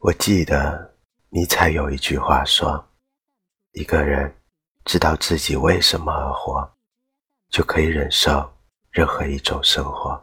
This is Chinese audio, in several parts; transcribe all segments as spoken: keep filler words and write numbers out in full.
我记得尼采有一句话说，一个人知道自己为什么而活，就可以忍受任何一种生活。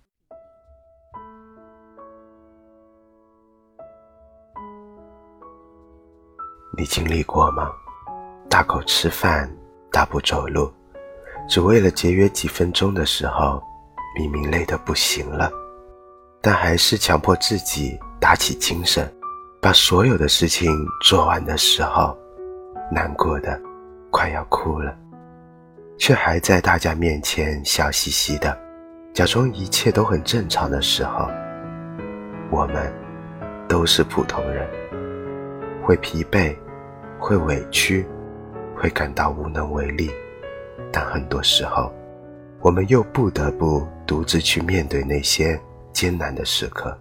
你经历过吗？大口吃饭，大步走路，只为了节约几分钟的时候，明明累得不行了，但还是强迫自己打起精神，把所有的事情做完的时候，难过的快要哭了，却还在大家面前笑嘻嘻的，假装一切都很正常的时候，我们都是普通人，会疲惫，会委屈，会感到无能为力，但很多时候我们又不得不独自去面对那些艰难的时刻。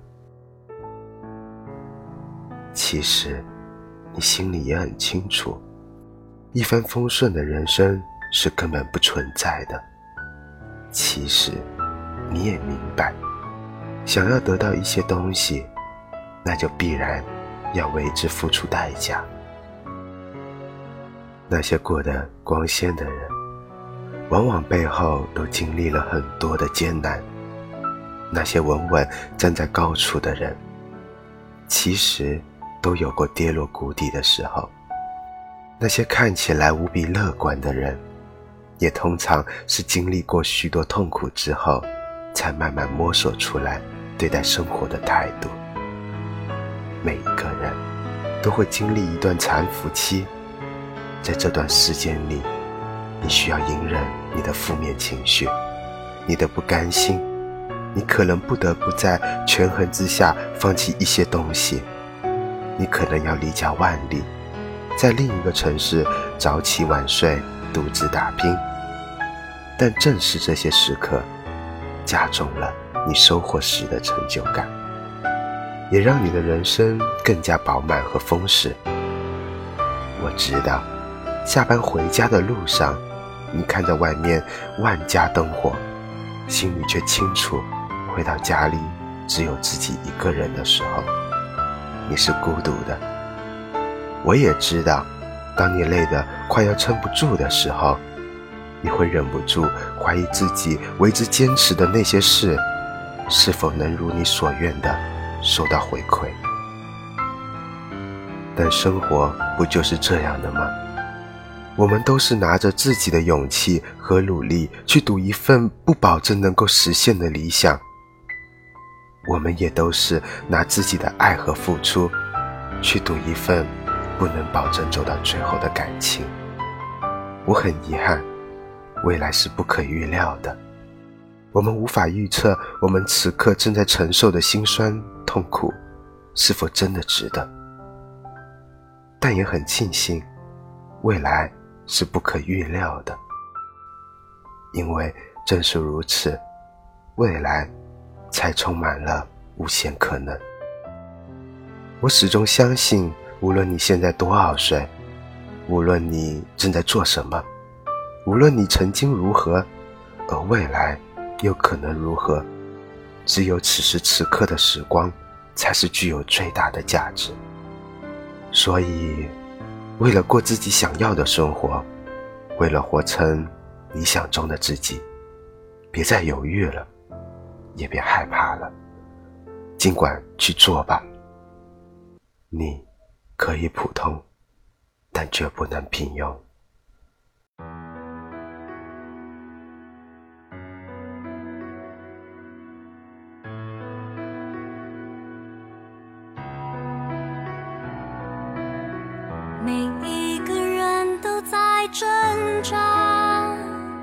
其实你心里也很清楚，一帆风顺的人生是根本不存在的。其实你也明白，想要得到一些东西，那就必然要为之付出代价。那些过得光鲜的人，往往背后都经历了很多的艰难。那些稳稳站在高处的人，其实都有过跌落谷底的时候。那些看起来无比乐观的人，也通常是经历过许多痛苦之后，才慢慢摸索出来对待生活的态度。每一个人都会经历一段残伏期，在这段时间里，你需要隐忍你的负面情绪，你的不甘心，你可能不得不在权衡之下放弃一些东西，你可能要离家万里，在另一个城市早起晚睡，独自打拼。但正是这些时刻，加重了你收获时的成就感，也让你的人生更加饱满和丰实。我知道，下班回家的路上，你看着外面万家灯火，心里却清楚，回到家里只有自己一个人的时候，你是孤独的。我也知道，当你累得快要撑不住的时候，你会忍不住怀疑自己为之坚持的那些事，是否能如你所愿的收到回馈。但生活不就是这样的吗？我们都是拿着自己的勇气和努力去赌一份不保证能够实现的理想，我们也都是拿自己的爱和付出去赌一份不能保证走到最后的感情。我很遗憾，未来是不可预料的，我们无法预测我们此刻正在承受的辛酸痛苦是否真的值得，但也很庆幸未来是不可预料的，因为正是如此，未来才充满了无限可能。我始终相信，无论你现在多少岁，无论你正在做什么，无论你曾经如何，而未来又可能如何，只有此时此刻的时光才是具有最大的价值。所以为了过自己想要的生活，为了活成理想中的自己，别再犹豫了，也别害怕了，尽管去做吧。你可以普通，但绝不能平庸。 每一个人都在挣扎，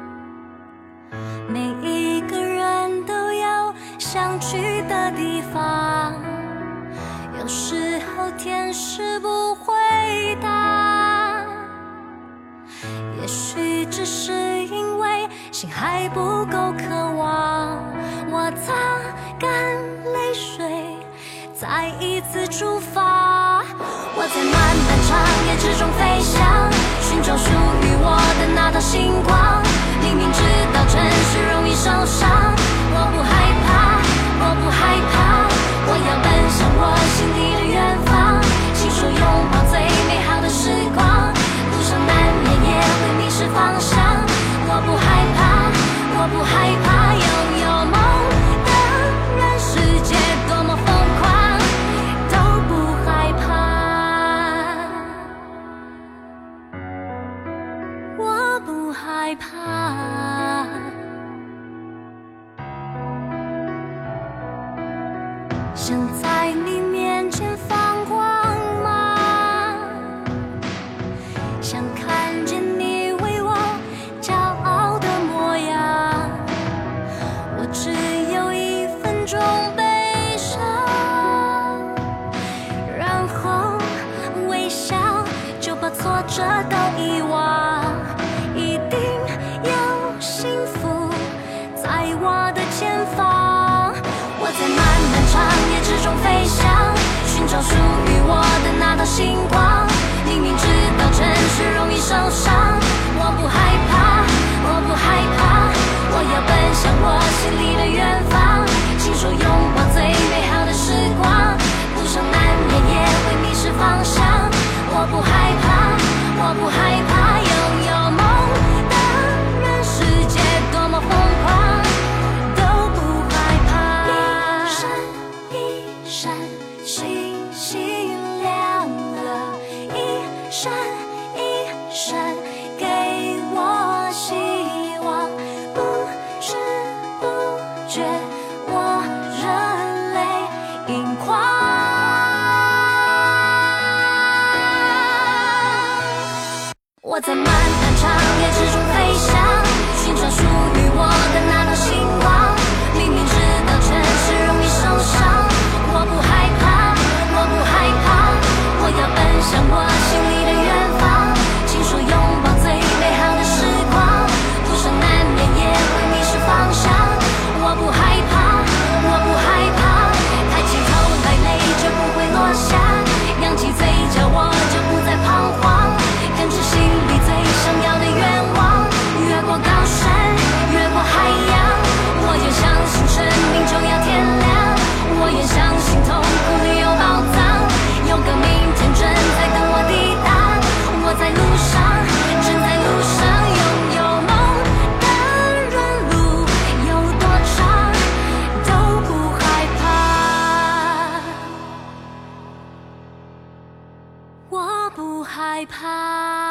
每一个人都有想去的地方，有时候天使不回答，也许只是因为心还不够渴望。我擦干泪水，再一次出发，我在漫漫长夜之中飞翔，寻找属于我的那道星光。明明知道真实容易受伤，我不害怕，我不害怕，我要奔向我心底的远方。 找属于我的那道星光。明明知道城市容易受伤，我不害怕，我不害怕，我要奔向我心里的远方，亲手拥抱最美好的时光。路上难免也会迷失方向，我不害怕，我不害怕，拥有梦的人，世界多么疯狂都不害怕。一闪一闪星星亮了，一闪一闪给我希望，不知不觉我热泪盈眶。我在漫漫长夜之中飞翔，寻找属于我的那道星光。明明知道城市容易受伤，我不害怕，我不害怕，我要奔向我心里的远方，亲手拥抱最美好的时光。路上难免也会迷失方向，我不害怕，我不害怕，抬起头来泪就不会落下，扬起嘴角我就不再彷徨，跟着心里最想要的愿望，越过高山，越过海洋，我也相信生命终要天亮，我也相信痛苦里有宝藏，有个明天正在等我抵达，我在路上，正在路上，拥有梦的人，路有多长都不害怕，我不害怕。